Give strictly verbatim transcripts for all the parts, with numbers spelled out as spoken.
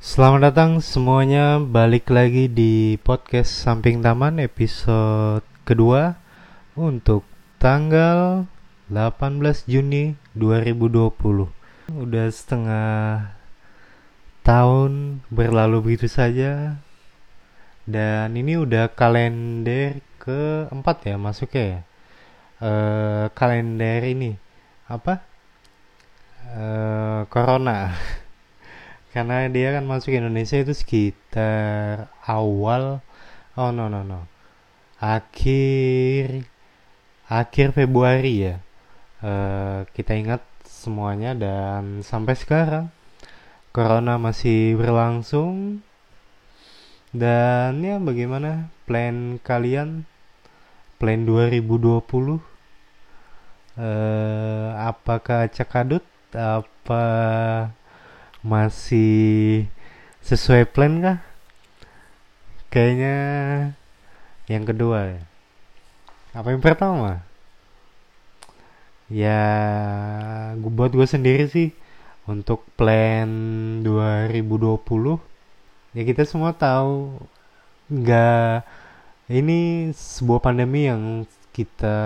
Selamat datang semuanya, balik lagi di podcast Samping Taman episode kedua untuk tanggal delapan belas Juni dua ribu dua puluh. Udah setengah tahun berlalu begitu saja, dan ini udah kalender keempat ya masuknya ya. Eh, kalender ini apa? Eh, Corona. Karena dia kan masuk Indonesia itu sekitar awal, oh no no no, akhir akhir Februari ya. Eh, kita ingat semuanya, dan sampai sekarang Corona masih berlangsung. Dan ya, bagaimana plan kalian, plan dua ribu dua puluh? Eh, apakah cekadut, apa masih sesuai plan kah? Kayaknya yang kedua ya. Apa yang pertama? Ya, gua buat gue sendiri sih untuk plan dua ribu dua puluh. Ya kita semua tahu nggak, ini sebuah pandemi yang kita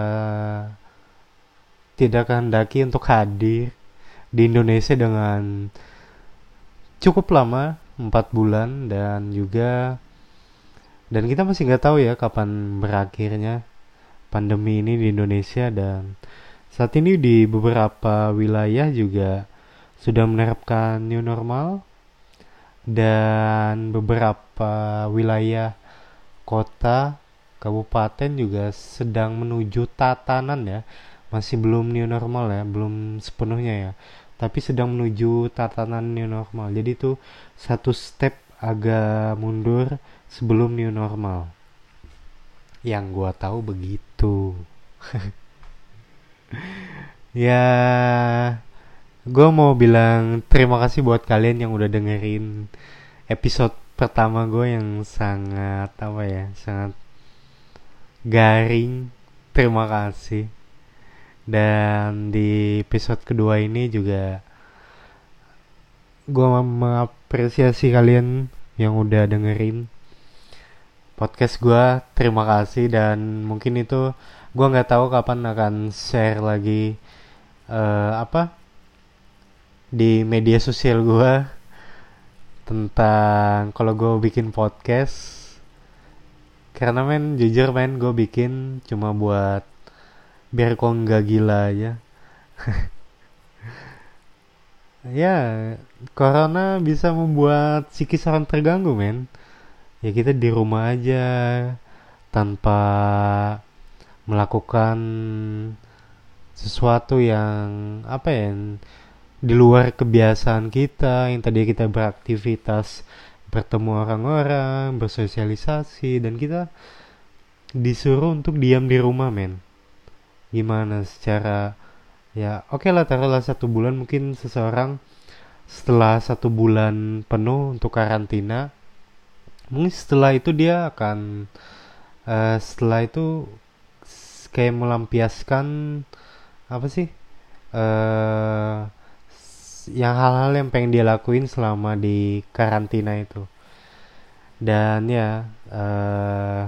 tidak kehendaki untuk hadir di Indonesia dengan cukup lama, empat bulan, dan juga dan kita masih nggak tahu ya kapan berakhirnya pandemi ini di Indonesia. Dan saat ini di beberapa wilayah juga sudah menerapkan new normal, dan beberapa wilayah kota, kabupaten juga sedang menuju tatanan ya. Masih belum new normal ya, belum sepenuhnya ya, tapi sedang menuju tatanan new normal. Jadi itu satu step agak mundur sebelum new normal. Yang gua tahu begitu. Ya, gua mau bilang terima kasih buat kalian yang udah dengerin episode pertama gue yang sangat apa ya, sangat garing. Terima kasih. Dan di episode kedua ini juga gue mengapresiasi kalian yang udah dengerin podcast gue. Terima kasih, dan mungkin itu gue nggak tahu kapan akan share lagi uh, apa di media sosial gue tentang kalau gue bikin podcast. Karena men, jujur men, gue bikin cuma buat biar kok nggak gila aja. Ya, corona bisa membuat psikis orang terganggu men. Ya kita di rumah aja tanpa melakukan sesuatu yang apa ya, di luar kebiasaan kita, yang tadi kita beraktivitas, bertemu orang-orang, bersosialisasi, dan kita disuruh untuk diam di rumah men. Gimana secara, ya oke okay lah, taruhlah satu bulan, mungkin seseorang setelah satu bulan penuh untuk karantina, mungkin setelah itu dia akan uh, setelah itu kayak melampiaskan apa sih, uh, yang hal-hal yang pengen dia lakuin selama di karantina itu. Dan ya, uh,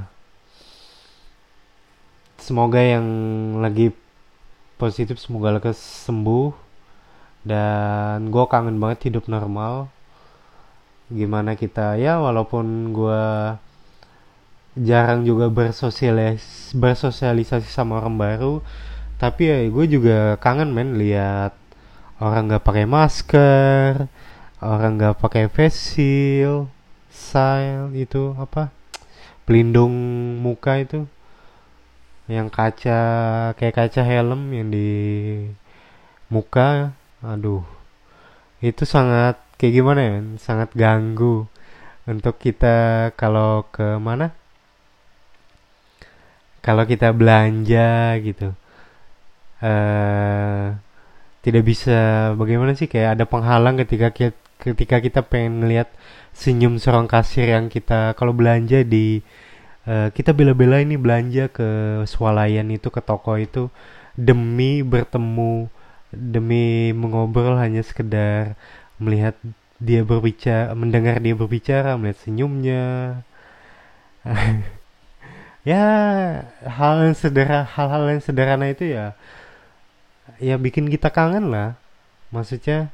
semoga yang lagi positif semoga lekas sembuh. Dan gue kangen banget hidup normal. Gimana kita ya, walaupun gue jarang juga bersosialis bersosialisasi sama orang baru, tapi ya gue juga kangen men lihat orang nggak pakai masker, orang nggak pakai face shield, shield itu apa, pelindung muka itu, yang kaca, kayak kaca helm yang di muka. Aduh, itu sangat kayak gimana ya, sangat ganggu untuk kita kalau ke mana, kalau kita belanja gitu. Eh tidak bisa, bagaimana sih, kayak ada penghalang ketika kita, ketika kita pengen ngelihat senyum seorang kasir yang kita kalau belanja di uh, kita bela-bela ini belanja ke swalayan itu, ke toko itu, demi bertemu, demi mengobrol, hanya sekedar melihat dia berbicara, mendengar dia berbicara, melihat senyumnya. Ya, hal yang sederhana, hal-hal yang sederhana itu ya, ya bikin kita kangen lah. Maksudnya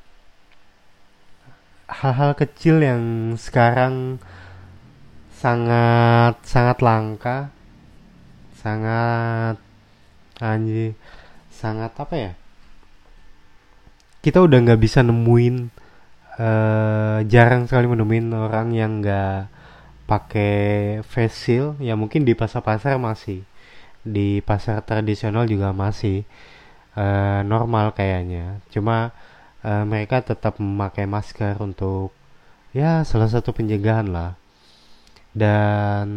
hal-hal kecil yang sekarang sangat sangat langka, sangat anjir, sangat apa ya? Kita udah nggak bisa nemuin, eh, jarang sekali menemuin orang yang nggak pakai face shield. Ya mungkin di pasar-pasar masih, di pasar tradisional juga masih eh, normal kayaknya. Cuma eh, mereka tetap memakai masker untuk ya salah satu pencegahan lah. Dan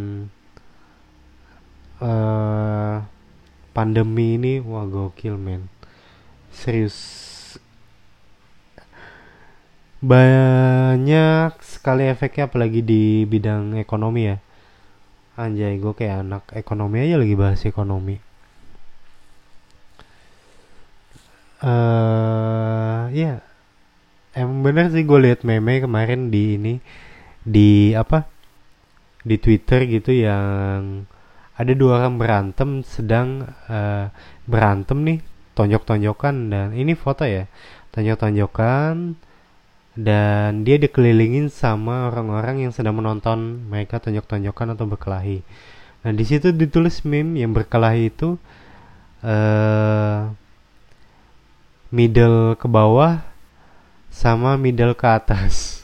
eh pandemi ini wah gokil men, serius, banyak sekali efeknya apalagi di bidang ekonomi ya. Anjay, gue kayak anak ekonomi aja lagi bahas ekonomi. Eh ya, emang bener sih gue liat meme kemarin di ini, di apa, di Twitter gitu, yang ada dua orang berantem sedang eh, berantem nih, tonjok-tonjokan, dan ini foto ya, tonjok-tonjokan, dan dia dikelilingin sama orang-orang yang sedang menonton mereka tonjok-tonjokan atau berkelahi. Nah di situ ditulis meme yang berkelahi itu eh middle ke bawah sama middle ke atas.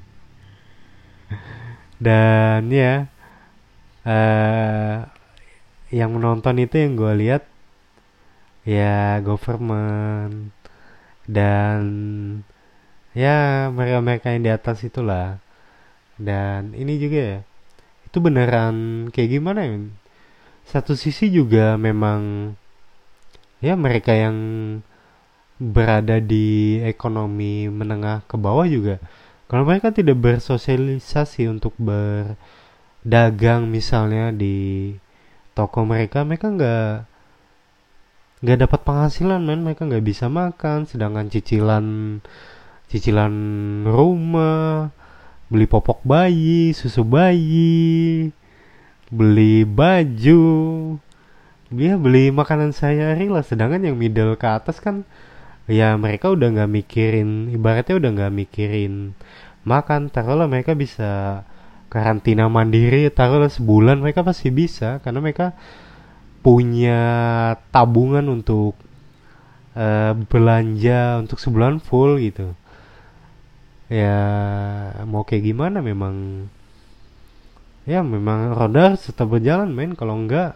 Dan ya eh yang menonton itu yang gue lihat ya government dan ya mereka-mereka yang di atas itulah. Dan ini juga ya, itu beneran kayak gimana ya? Satu sisi juga memang ya mereka yang berada di ekonomi menengah ke bawah juga, kalau mereka tidak bersosialisasi untuk berdagang misalnya di toko mereka, mereka nggak nggak dapat penghasilan men, mereka nggak bisa makan, sedangkan cicilan cicilan rumah, beli popok bayi, susu bayi, beli baju, dia beli makanan sehari-hari lah. Sedangkan yang middle ke atas kan ya mereka udah nggak mikirin, ibaratnya udah nggak mikirin makan. Taruhlah mereka bisa karantina mandiri, taruhlah sebulan, mereka pasti bisa karena mereka punya tabungan untuk uh, belanja untuk sebulan full gitu. Ya mau kayak gimana, memang ya memang roda harus tetap berjalan men. Kalau enggak,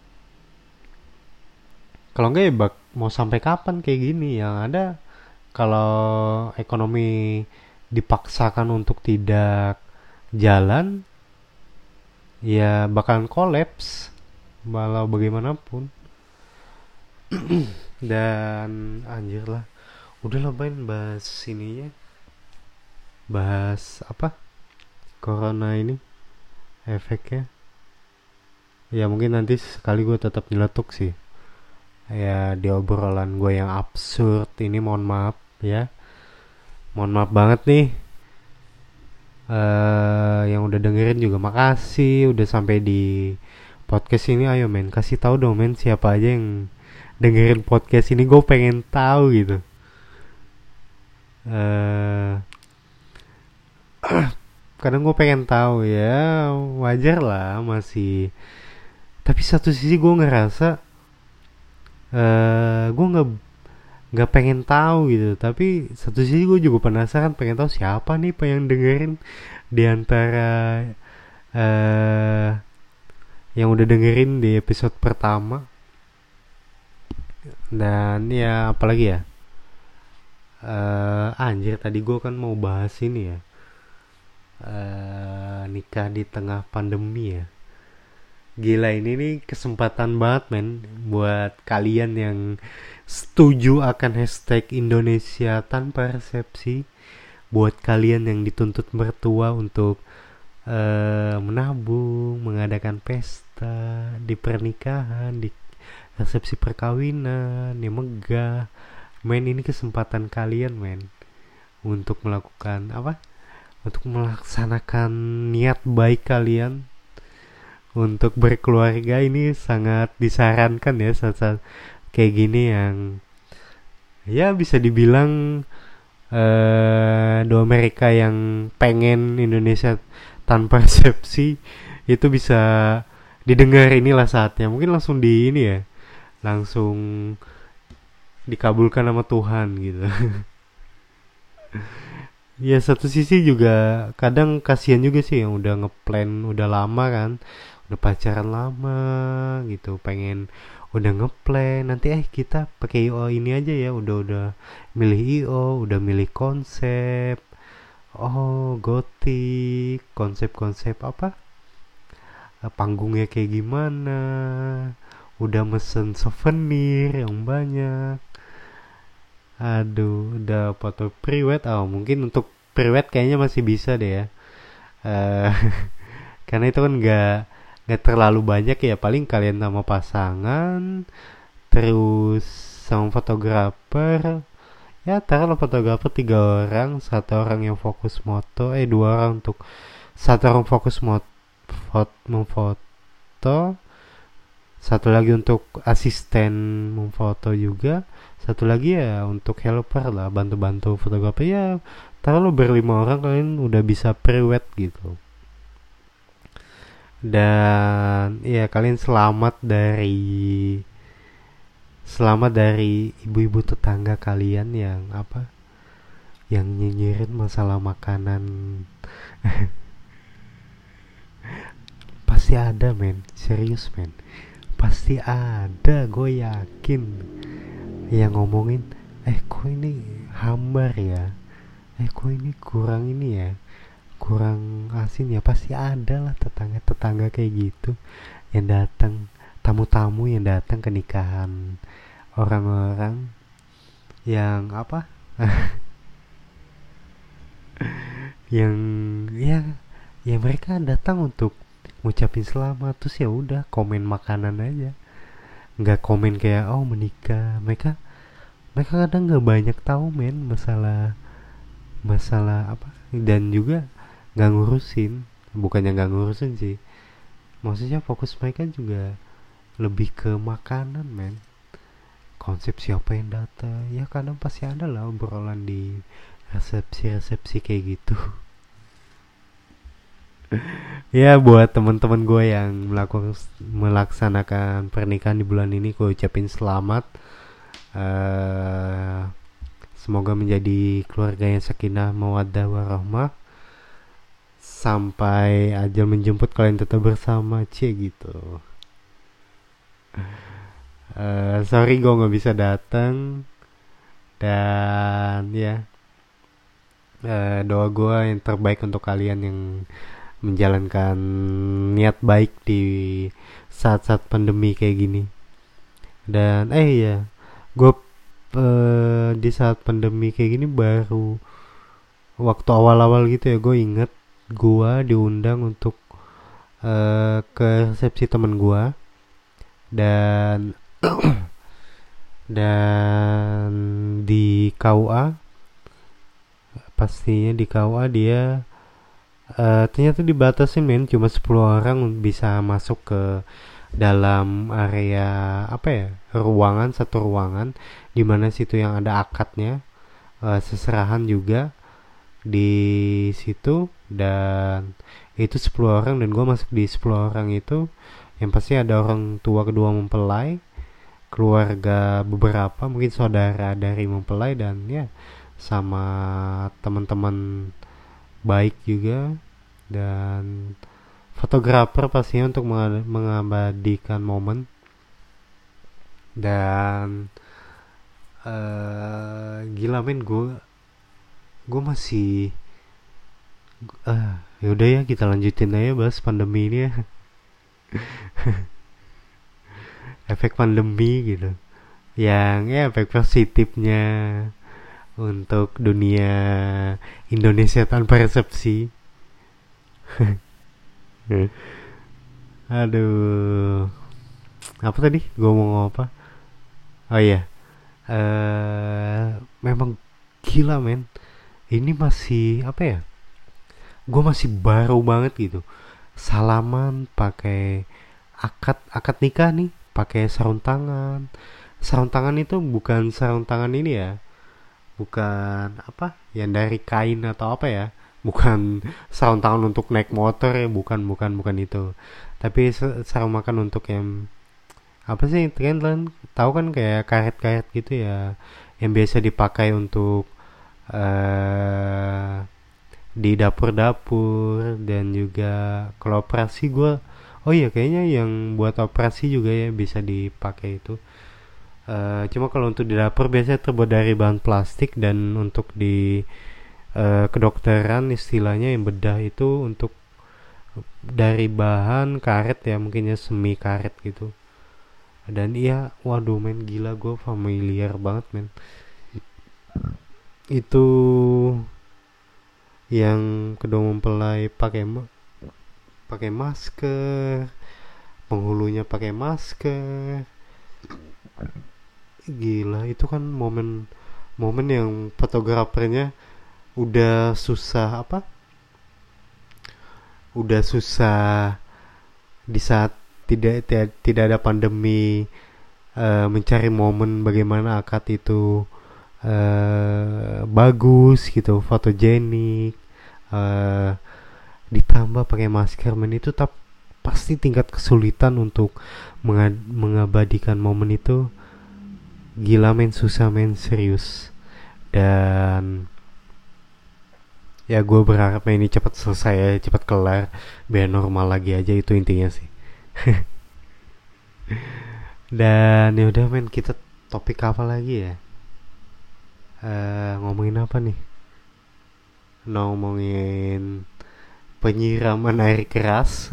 kalau enggak ya bak, mau sampai kapan kayak gini? Yang ada kalau ekonomi dipaksakan untuk tidak jalan, ya bakalan kolaps walau bagaimanapun. Dan anjir lah, udah lah main bahas sininya, bahas apa, corona ini efeknya. Ya mungkin nanti sekali gue tetap nyeletuk sih ya di obrolan gue yang absurd ini. Mohon maaf ya, mohon maaf banget nih. Uh, yang udah dengerin juga makasih udah sampai di podcast ini. Ayo men, kasih tahu dong men, siapa aja yang dengerin podcast ini, gue pengen tahu gitu. Uh, kadang gue pengen tahu ya, wajar lah masih. Tapi satu sisi gue ngerasa uh, gue nggak nggak pengen tahu gitu. Tapi satu sisi gue juga penasaran, pengen tahu siapa nih yang dengerin di antara uh, yang udah dengerin di episode pertama. Dan ya apalagi ya, uh, anjir tadi gue kan mau bahas ini ya, uh, nikah di tengah pandemi ya. Gila, ini nih kesempatan banget men buat kalian yang setuju akan hashtag Indonesia tanpa resepsi. Buat kalian yang dituntut mertua untuk uh, menabung, mengadakan pesta di pernikahan, di resepsi perkawinan yang megah. Men, ini kesempatan kalian men untuk melakukan apa? Untuk melaksanakan niat baik kalian untuk berkeluarga, ini sangat disarankan ya saat-saat kayak gini yang ya bisa dibilang eh doa mereka yang pengen Indonesia tanpa resepsi itu bisa didengar, inilah saatnya. Mungkin langsung di ini ya, langsung dikabulkan sama Tuhan gitu. Ya satu sisi juga kadang kasihan juga sih yang udah ngeplan udah lama kan, udah pacaran lama gitu, pengen udah ngeplan nanti eh kita pakai I O ini aja ya, udah udah milih I O, udah milih konsep, oh gotik, konsep-konsep apa, eh, panggungnya kayak gimana, udah mesen souvenir yang banyak. Aduh, udah foto priwet. Oh, mungkin untuk priwet kayaknya masih bisa deh ya. Eh, karena itu kan nggak nggak terlalu banyak ya. Paling kalian sama pasangan, terus sama fotografer. Ya, taruhlah fotografer tiga orang, satu orang yang fokus moto, eh dua orang untuk satu orang fokus mot foto memfoto, satu lagi untuk asisten memfoto juga, satu lagi ya untuk helper lah, bantu-bantu fotografer ya. Taruh lo berlima orang, kalian udah bisa prewed gitu. Dan ya kalian selamat dari selamat dari ibu-ibu tetangga kalian yang apa, yang nyinyirin masalah makanan. Pasti ada men, serius men, pasti ada, gue yakin, yang ngomongin eh kok ini hambar ya, eh kok ini kurang ini ya, kurang asin ya. Pasti ada lah tetangga-tetangga kayak gitu yang datang, tamu-tamu yang datang ke nikahan orang-orang yang apa, yang ya ya mereka datang untuk ngucapin selamat, terus ya udah komen makanan aja, nggak komen kayak oh menikah. Mereka mereka kadang nggak banyak tahu men masalah masalah apa, dan juga nggak ngurusin, bukannya nggak ngurusin sih, maksudnya fokus mereka juga lebih ke makanan men, konsep siapa yang datang ya. Kadang pasti ada lah obrolan di resepsi-resepsi kayak gitu. Ya buat teman-teman gue yang melakukan melaksanakan pernikahan di bulan ini, gue ucapin selamat. uh, Semoga menjadi keluarga yang sakinah mawaddah warahmah sampai ajal menjemput, kalian tetap bersama cie gitu. Uh, sorry gue nggak bisa datang, dan ya uh, doa gue yang terbaik untuk kalian yang menjalankan niat baik di saat-saat pandemi kayak gini. Dan eh ya, gue uh, di saat pandemi kayak gini baru waktu awal-awal gitu ya, gue inget gue diundang untuk uh, ke resepsi temen gue, dan dan di K U A, pastinya di K U A dia uh, ternyata dibatasin men, cuma sepuluh orang bisa masuk ke dalam area apa ya, ruangan, satu ruangan dimana situ yang ada akadnya, uh, seserahan juga di situ. Dan itu sepuluh orang, dan gue masuk di sepuluh orang itu yang pasti ada orang tua kedua mempelai, keluarga beberapa, mungkin saudara dari mempelai, dan ya sama teman-teman baik juga, dan fotografer pastinya untuk mengabadikan momen. Dan uh, gila men, gue gue masih uh, yaudah ya kita lanjutin aja bahas pandemi ini ya. Efek pandemi gitu, yang ya efek positifnya untuk dunia Indonesia tanpa resepsi. Aduh, apa tadi gue mau ngomong apa? Oh iya, uh, memang gila men, ini masih apa ya, gue masih baru banget gitu, salaman pakai akad akad nikah nih pakai sarung tangan. Sarung tangan itu bukan sarung tangan ini ya, bukan apa yang dari kain atau apa ya, bukan sarung tangan untuk naik motor ya, bukan bukan bukan itu, tapi sarung makan untuk yang apa sih, kan kan tahu kan, kayak karet-karet gitu ya, yang biasa dipakai untuk eh di dapur-dapur. Dan juga kalau operasi gue, oh iya kayaknya yang buat operasi juga ya bisa dipakai itu. Eh, cuma kalau untuk di dapur biasanya terbuat dari bahan plastik, dan untuk di eh, kedokteran istilahnya yang bedah itu untuk dari bahan karet ya, mungkin ya semi karet gitu. Dan iya, waduh men, gila, gue familiar banget men. Itu yang kedua mempelai pakai ma- pakai masker, penghulunya pakai masker. Gila, itu kan momen momen yang fotografernya udah susah apa udah susah di saat tidak tidak, tidak ada pandemi, eh, mencari momen bagaimana akad itu eh, bagus gitu, fotogenik, eh, ditambah pakai masker men, itu tap, pasti tingkat kesulitan untuk menga- mengabadikan momen itu. Gila men, susah men, serius. Dan ya gue berharap ini cepat selesai ya, cepat kelar biar normal lagi aja, itu intinya sih. Dan ya udah men, kita topik apa lagi ya? Eh, ngomongin apa nih? Ngomongin penyiraman air keras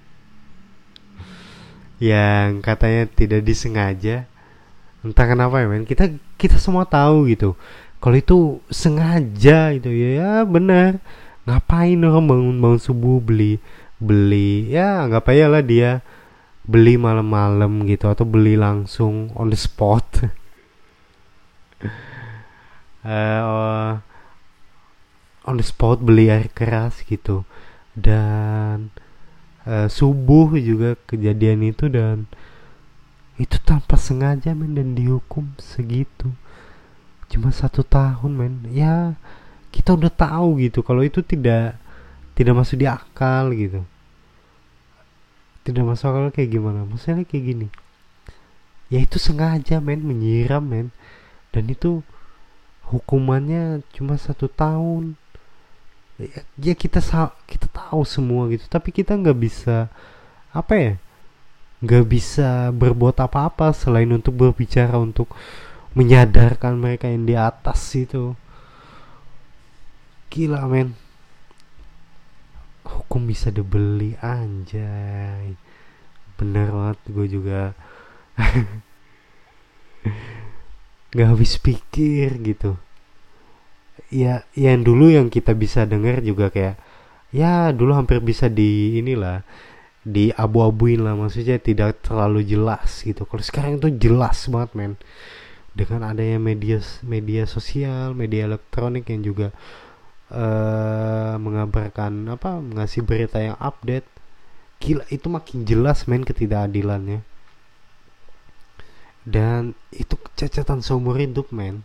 yang katanya tidak disengaja. Entah kenapa ya men, kita kita semua tahu gitu. Kalau itu sengaja itu ya, ya benar. Ngapain orang bangun bangun subuh beli beli ya, nggak apa lah dia beli malam-malam gitu, atau beli langsung on the spot. uh, on the spot beli air keras gitu. Dan uh, subuh juga kejadian itu, dan itu tanpa sengaja men, dan dihukum segitu, cuma satu tahun men. Ya kita udah tahu gitu kalau itu tidak tidak masuk di akal gitu, tidak masuk akal. Kayak gimana maksudnya, kayak gini ya, itu sengaja men, menyiram men, dan itu hukumannya cuma satu tahun. Ya, ya kita kita tahu semua gitu, tapi kita nggak bisa apa ya, nggak bisa berbuat apa-apa selain untuk berbicara, untuk menyadarkan mereka yang di atas itu. Gila men, hukum bisa dibeli, anjay. Bener banget, gue juga nggak habis pikir gitu. Ya yang dulu yang kita bisa dengar juga kayak, ya dulu hampir bisa di inilah, di abu-abuin lah, maksudnya tidak terlalu jelas gitu. Kalau sekarang itu jelas banget men, dengan adanya media media sosial, media elektronik yang juga uh, mengabarkan apa, ngasih berita yang update. Gila, itu makin jelas men ketidakadilannya. Dan itu kecacatan seumur hidup men.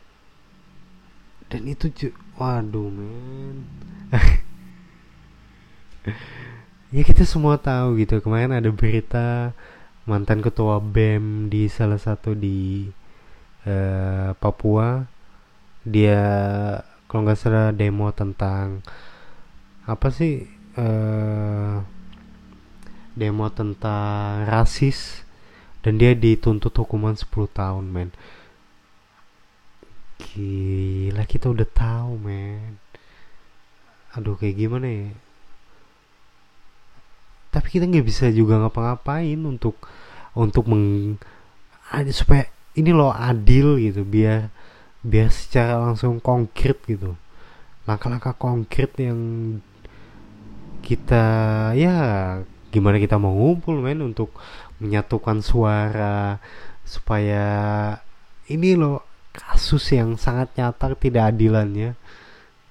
Dan itu ju- waduh men. Ya kita semua tahu gitu, kemarin ada berita mantan ketua B E M di salah satu di uh, Papua. Dia kalau nggak salah demo tentang apa sih, uh, demo tentang rasis, dan dia dituntut hukuman sepuluh tahun men. Gila, kita udah tahu men. Aduh, kayak gimana ya, tapi kita nggak bisa juga ngapa-ngapain untuk untuk meng ada supaya ini loh adil gitu, biar biar secara langsung konkret gitu, langkah-langkah konkret yang kita, ya gimana kita mau ngumpul men untuk menyatukan suara, supaya ini loh kasus yang sangat nyata ketidakadilannya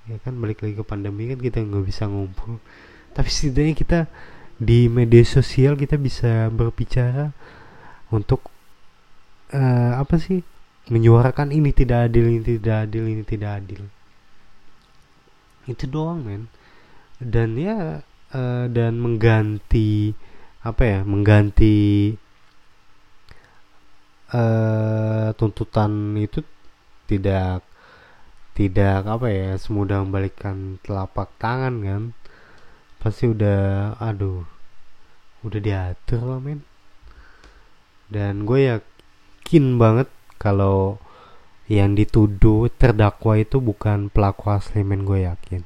Ya kan balik lagi ke pandemi kan kita nggak bisa ngumpul, tapi setidaknya kita di media sosial kita bisa berbicara untuk eh, apa sih, menyuarakan ini tidak adil, ini tidak adil, ini tidak adil. Itu doang men. Dan ya eh, dan mengganti apa ya, mengganti eh, tuntutan itu tidak tidak apa ya, semudah membalikkan telapak tangan kan. Pasti udah, aduh, udah diatur lah men. Dan gue yakin banget kalau yang dituduh terdakwa itu bukan pelaku asli men, gue yakin.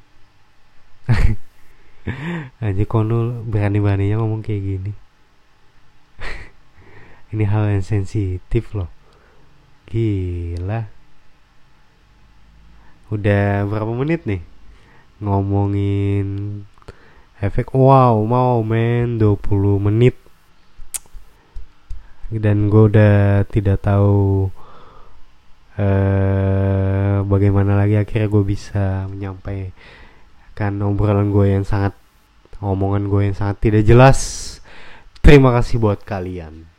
Aja kono berani-beraninya ngomong kayak gini. Ini hal yang sensitif loh. Gila. Udah berapa menit nih ngomongin efek? Wow, mau men dua puluh menit. Dan gue udah tidak tahu eh, bagaimana lagi akhirnya gue bisa menyampaikan obrolan gue yang sangat, omongan gue yang sangat tidak jelas. Terima kasih buat kalian.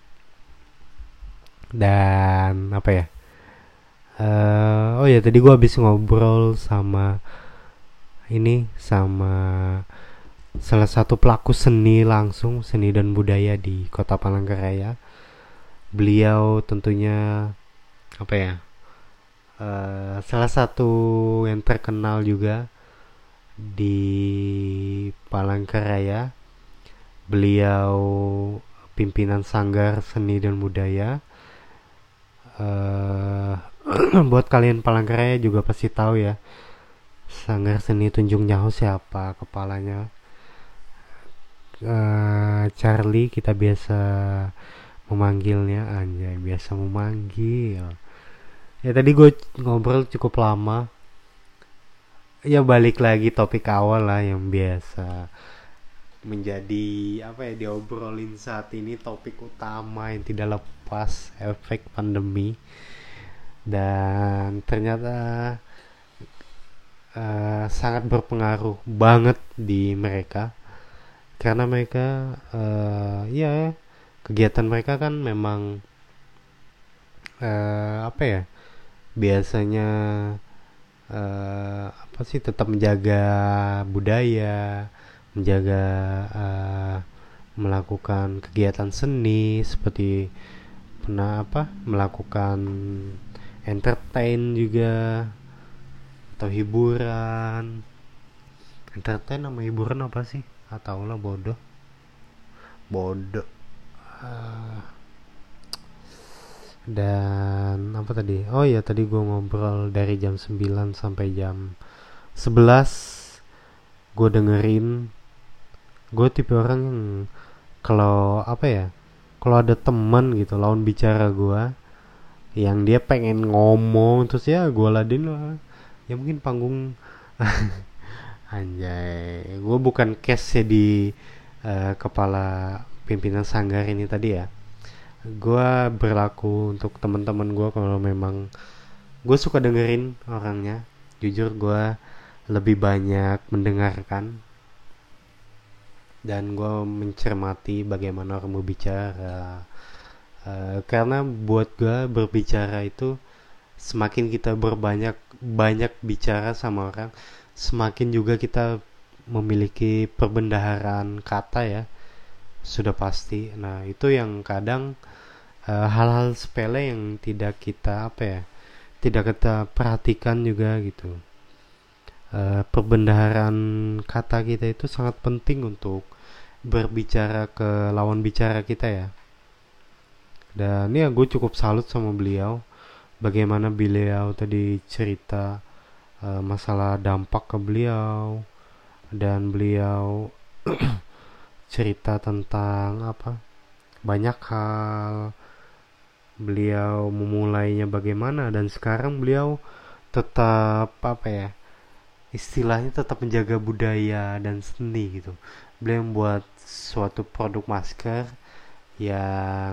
Dan apa ya, uh, oh ya tadi gue habis ngobrol sama ini, sama salah satu pelaku seni langsung, seni dan budaya di Kota Palangkaraya. Beliau tentunya apa ya, uh, salah satu yang terkenal juga di Palangkaraya. Beliau pimpinan Sanggar Seni dan Budaya. Uh, buat kalian Palangkaraya juga pasti tahu ya, Sanggar Seni Tunjung Nyahu siapa kepalanya. uh, Charlie kita biasa memanggilnya, anjay biasa memanggil. Ya tadi gue ngobrol cukup lama. Ya balik lagi topik awal lah yang biasa menjadi apa ya diobrolin saat ini, topik utama yang tidak lepas efek pandemi. Dan ternyata uh, sangat berpengaruh banget di mereka, karena mereka uh, ya kegiatan mereka kan memang uh, apa ya, biasanya uh, apa sih, tetap menjaga budaya, menjaga uh, melakukan kegiatan seni seperti pernah apa, melakukan entertain juga, atau hiburan. Entertain sama hiburan apa sih? Atau lah bodoh bodoh uh, dan apa tadi, oh ya tadi gue ngobrol dari jam sembilan sampai jam sebelas. Gue dengerin. Gue tipe orang yang kalau apa ya, kalau ada teman gitu lawan bicara gue yang dia pengen ngomong terus ya gue ladin lah, ya mungkin panggung. Anjay, gue bukan case ya di uh, kepala pimpinan sanggar ini tadi ya. Gue berlaku untuk teman-teman gue kalau memang gue suka dengerin orangnya. Jujur gue lebih banyak mendengarkan, dan gue mencermati bagaimana orang berbicara. Uh, karena buat gue berbicara itu, semakin kita berbanyak banyak bicara sama orang, semakin juga kita memiliki perbendaharaan kata ya, sudah pasti. Nah itu yang kadang uh, hal-hal sepele yang tidak kita apa ya, tidak kita perhatikan juga gitu. Uh, perbendaharaan kata kita itu sangat penting untuk berbicara ke lawan bicara kita ya. Dan ya gue cukup salut sama beliau, bagaimana beliau tadi cerita uh, masalah dampak ke beliau, dan beliau cerita tentang apa, banyak hal. Beliau memulainya bagaimana, dan sekarang beliau tetap apa ya, istilahnya tetap menjaga budaya dan seni gitu. Beliau membuat suatu produk masker yang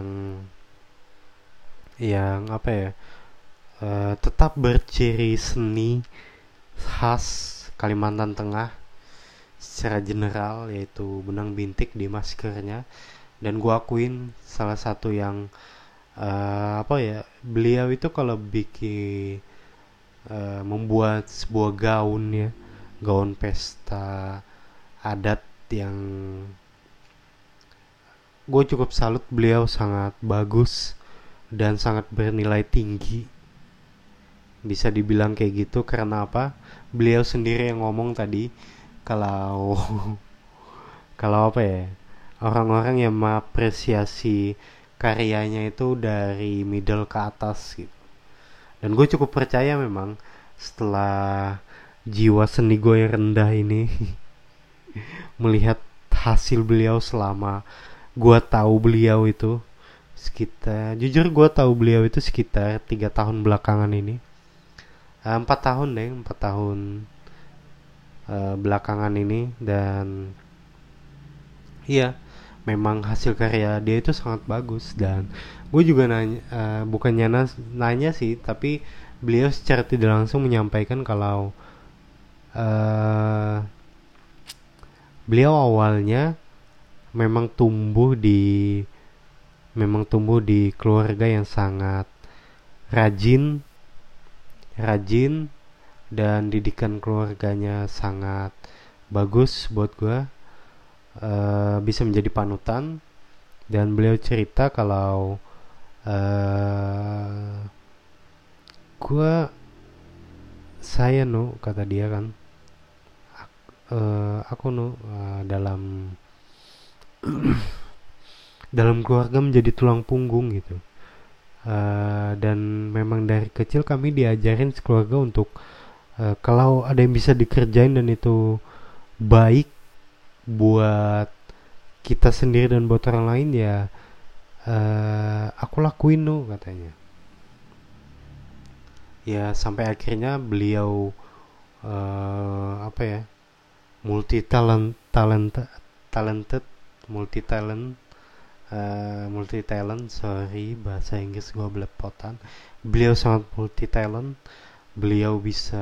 yang apa ya, uh, tetap berciri seni khas Kalimantan Tengah secara general, yaitu benang bintik di maskernya. Dan gue akuin salah satu yang uh, apa ya, beliau itu kalau bikin uh, membuat sebuah gaun ya, gaun pesta adat yang gue cukup salut. Beliau sangat bagus dan sangat bernilai tinggi, bisa dibilang kayak gitu. Karena apa, beliau sendiri yang ngomong tadi kalau kalau apa ya, orang-orang yang mengapresiasi karyanya itu dari middle ke atas gitu. Dan gue cukup percaya memang setelah jiwa seni gue yang rendah ini melihat hasil beliau selama gue tahu beliau itu sekitar, jujur gue tahu beliau itu sekitar tiga tahun belakangan ini. Eh, empat tahun deh, empat tahun uh, belakangan ini. Dan iya, memang hasil karya dia itu sangat bagus. Dan gue juga nanya, uh, bukannya nas- nanya sih, tapi beliau secara tidak langsung menyampaikan kalau uh, beliau awalnya memang tumbuh di memang tumbuh di keluarga yang sangat rajin rajin dan didikan keluarganya sangat bagus buat gue, uh, bisa menjadi panutan. Dan beliau cerita kalau uh, gue saya nu kata dia kan, uh, aku nu uh, dalam dalam keluarga menjadi tulang punggung gitu. Uh, dan memang dari kecil kami diajarin sekeluarga untuk uh, kalau ada yang bisa dikerjain dan itu baik buat kita sendiri dan buat orang lain, ya uh, aku lakuin nu katanya. Ya sampai akhirnya beliau uh, apa ya, multi talent talent talented multi talent uh, multi talent sorry bahasa Inggris gue belepotan. Beliau sangat multi talent. Beliau bisa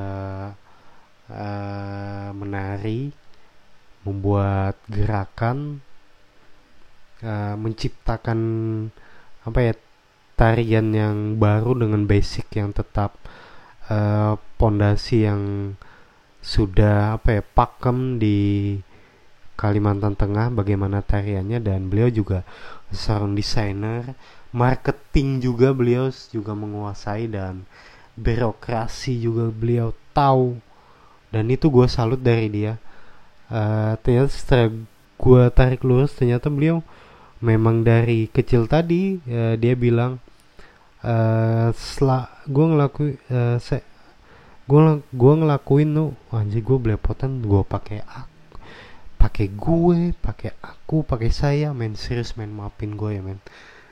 uh, menari, membuat gerakan, uh, menciptakan apa ya, tarian yang baru dengan basic yang tetap pondasi uh, yang sudah apa ya, pakem di Kalimantan Tengah bagaimana tariannya. Dan beliau juga seorang desainer, marketing juga beliau juga menguasai, dan birokrasi juga beliau tahu. Dan itu gue salut dari dia. Uh, ternyata setelah gue tarik lurus, ternyata beliau memang dari kecil tadi uh, dia bilang uh, setelah gue ngelakuin uh, se- gue gue ngelakuin tuh, anjir gue belepotan, gue pakai aku pakai gue pakai aku pakai saya, men serius men, maafin gue ya men.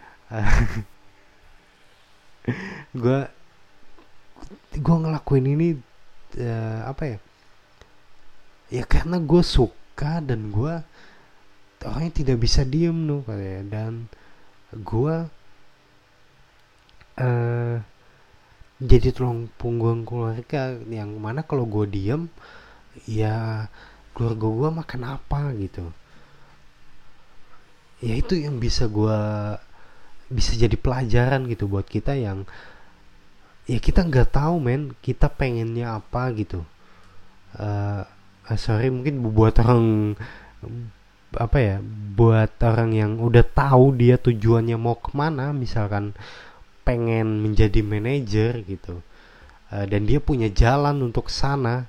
gue gue ngelakuin ini uh, apa ya ya karena gue suka, dan gue orangnya tidak bisa diem nuh katanya. Dan gue uh, jadi tulang punggung keluarga, yang mana kalau gue diem ya keluarga gue makan apa gitu. Ya itu yang bisa gue bisa jadi pelajaran gitu buat kita yang ya kita nggak tahu men kita pengennya apa gitu. uh, sorry mungkin buat orang apa ya, buat orang yang udah tahu dia tujuannya mau kemana, misalkan pengen menjadi manajer gitu, uh, dan dia punya jalan untuk sana.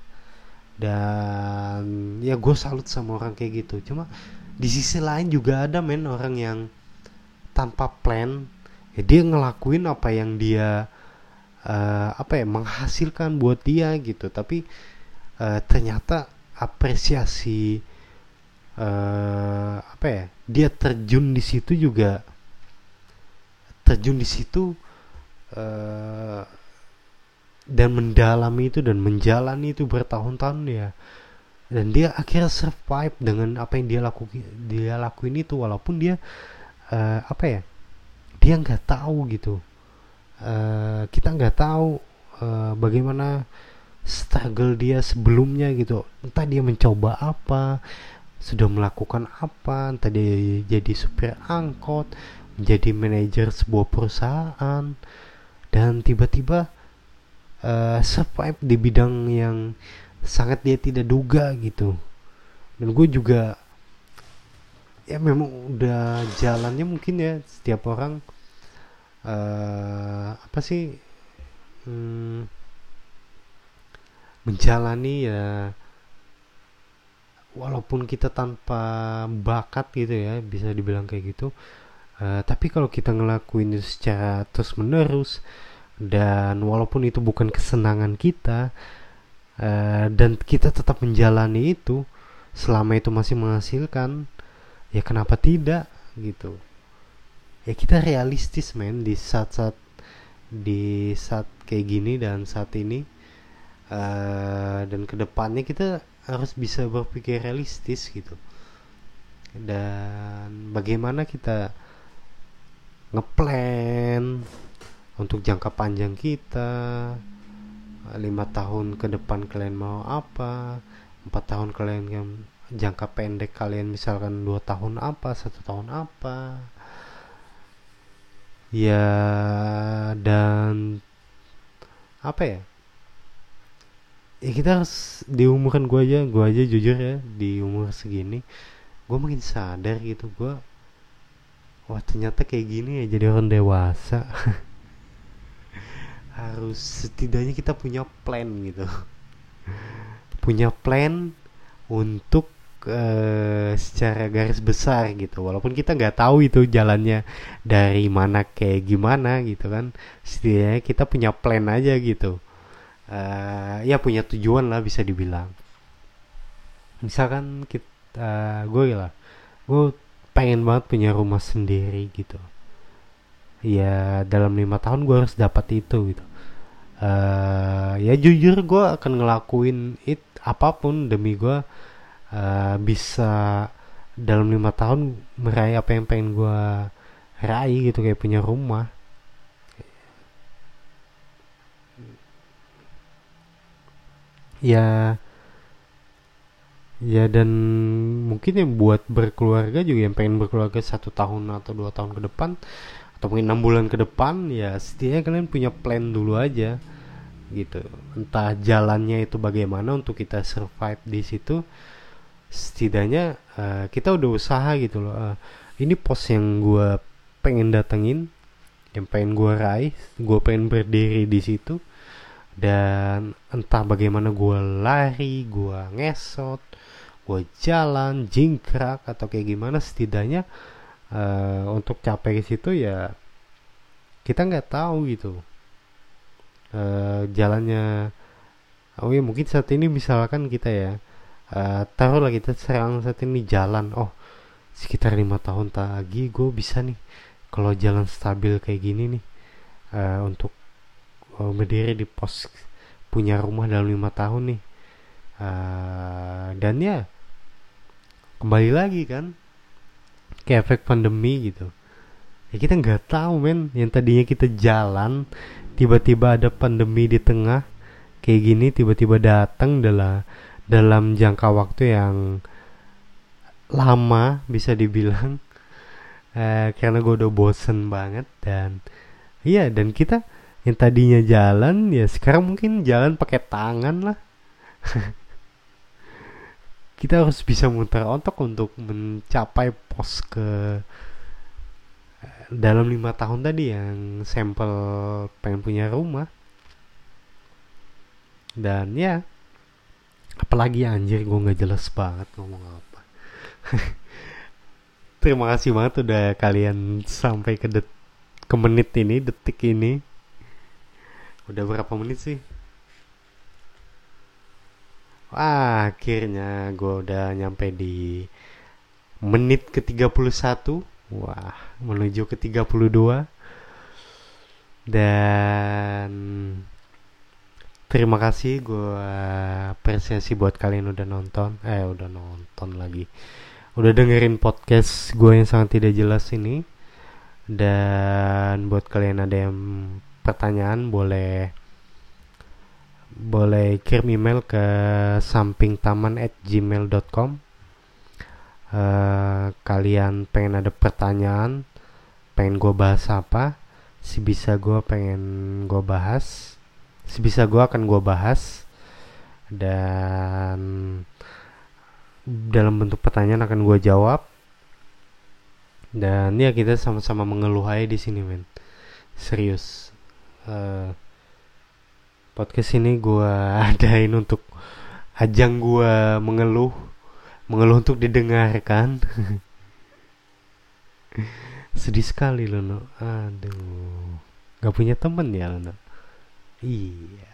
Dan ya gue salut sama orang kayak gitu. Cuma di sisi lain juga ada men orang yang tanpa plan, ya dia ngelakuin apa yang dia uh, apa ya menghasilkan buat dia gitu. Tapi uh, ternyata apresiasi uh, apa ya, dia terjun di situ juga terjun di situ uh, dan mendalami itu dan menjalani itu bertahun-tahun ya. Dan dia akhirnya survive dengan apa yang dia lakuin dia lakuin itu, walaupun dia uh, apa ya, dia nggak tahu gitu. Uh, kita nggak tahu uh, bagaimana struggle dia sebelumnya gitu. Entah dia mencoba apa, sudah melakukan apa, entah dia jadi supir angkot, menjadi manajer sebuah perusahaan, dan tiba-tiba uh, survive di bidang yang sangat dia tidak duga gitu. Dan gue juga ya memang udah jalannya mungkin ya setiap orang uh, apa sih hmm, menjalani ya, walaupun kita tanpa bakat gitu ya, bisa dibilang kayak gitu. Uh, tapi kalau kita ngelakuin itu secara terus menerus, dan walaupun itu bukan kesenangan kita, uh, dan kita tetap menjalani itu selama itu masih menghasilkan, ya kenapa tidak gitu. Ya kita realistis men di saat-saat di saat kayak gini dan saat ini, uh, dan kedepannya kita harus bisa berpikir realistis gitu. Dan bagaimana kita ngeplan untuk jangka panjang kita, lima tahun ke depan kalian mau apa, empat tahun kalian yang jangka pendek kalian misalkan dua tahun apa, satu tahun apa ya. Dan apa ya, ya kita harus di umuran gue aja gue aja jujur ya, di umur segini gue makin sadar gitu, gue wah ternyata kayak gini ya jadi orang dewasa. Harus setidaknya kita punya plan gitu, punya plan untuk uh, secara garis besar gitu, walaupun kita nggak tahu itu jalannya dari mana kayak gimana gitu kan. Setidaknya kita punya plan aja gitu, uh, ya punya tujuan lah bisa dibilang. Misalkan kita uh, gue lah gue pengen banget punya rumah sendiri gitu, ya dalam lima tahun gue harus dapat itu gitu. Uh, ya jujur gue akan ngelakuin it apapun demi gue uh, bisa dalam lima tahun meraih apa yang pengen gue raih gitu, kayak punya rumah. Ya ya dan mungkin yang buat berkeluarga juga, yang pengen berkeluarga satu tahun atau dua tahun ke depan, atau mungkin enam bulan ke depan, ya setidaknya kalian punya plan dulu aja gitu. Entah jalannya itu bagaimana untuk kita survive di situ, setidaknya uh, kita udah usaha gitu loh. Uh, ini pos yang gue pengen datengin, yang pengen gue raih, gue pengen berdiri di situ. Dan entah bagaimana gue lari, gue ngesot, gue jalan jingkrak atau kayak gimana, setidaknya uh, untuk capai ke situ ya kita nggak tahu gitu uh, jalannya. Oh ya mungkin saat ini misalkan kita ya uh, taruhlah kita serang saat ini jalan, oh sekitar lima tahun lagi gue bisa nih kalau jalan stabil kayak gini nih, uh, untuk uh, berdiri di pos punya rumah dalam lima tahun nih. Uh, dan ya kembali lagi kan ke efek pandemi gitu, ya kita nggak tahu men, yang tadinya kita jalan tiba-tiba ada pandemi di tengah kayak gini, tiba-tiba datang dalam dalam jangka waktu yang lama bisa dibilang. Eh, karena gue udah bosen banget. Dan iya, dan kita yang tadinya jalan ya sekarang mungkin jalan pakai tangan lah. Kita harus bisa muter otak untuk mencapai pos ke dalam lima tahun tadi yang sampel pengen punya rumah. Dan ya apalagi anjir, gue nggak jelas banget ngomong apa. Terima kasih banget udah kalian sampai ke det ke menit ini, detik ini. Udah berapa menit sih? Wah, akhirnya gue udah nyampe di menit ke tiga puluh satu. Wah, menuju ke tiga puluh dua. Dan terima kasih, gue apresiasi buat kalian udah nonton. Eh, udah nonton lagi. Udah dengerin podcast gue yang sangat tidak jelas ini. Dan buat kalian ada yang pertanyaan, boleh boleh kirim email ke sampingtaman at gmail dot com. Uh, kalian pengen ada pertanyaan, pengen gue bahas apa, sebisa gue pengen gue bahas, sebisa gue akan gue bahas, dan dalam bentuk pertanyaan akan gue jawab. Dan ya kita sama-sama mengeluh aja di sini, men. Serius. Uh, podcast ini gue adain untuk ajang gue mengeluh, mengeluh untuk didengarkan. Sedih sekali lo, no. Aduh, gak punya temen ya lo, no. Iya.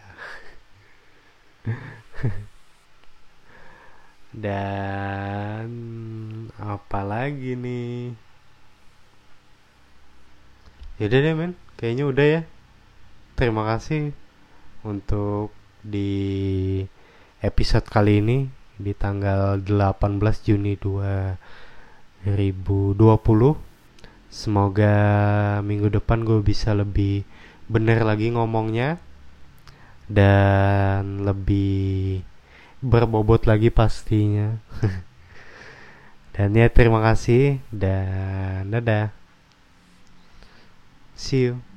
Dan apa lagi nih? Yaudah deh, men, kayaknya udah ya. Terima kasih untuk di episode kali ini di tanggal delapan belas Juni dua ribu dua puluh. Semoga minggu depan gue bisa lebih bener lagi ngomongnya dan lebih berbobot lagi pastinya. Dan ya terima kasih dan dadah. See you.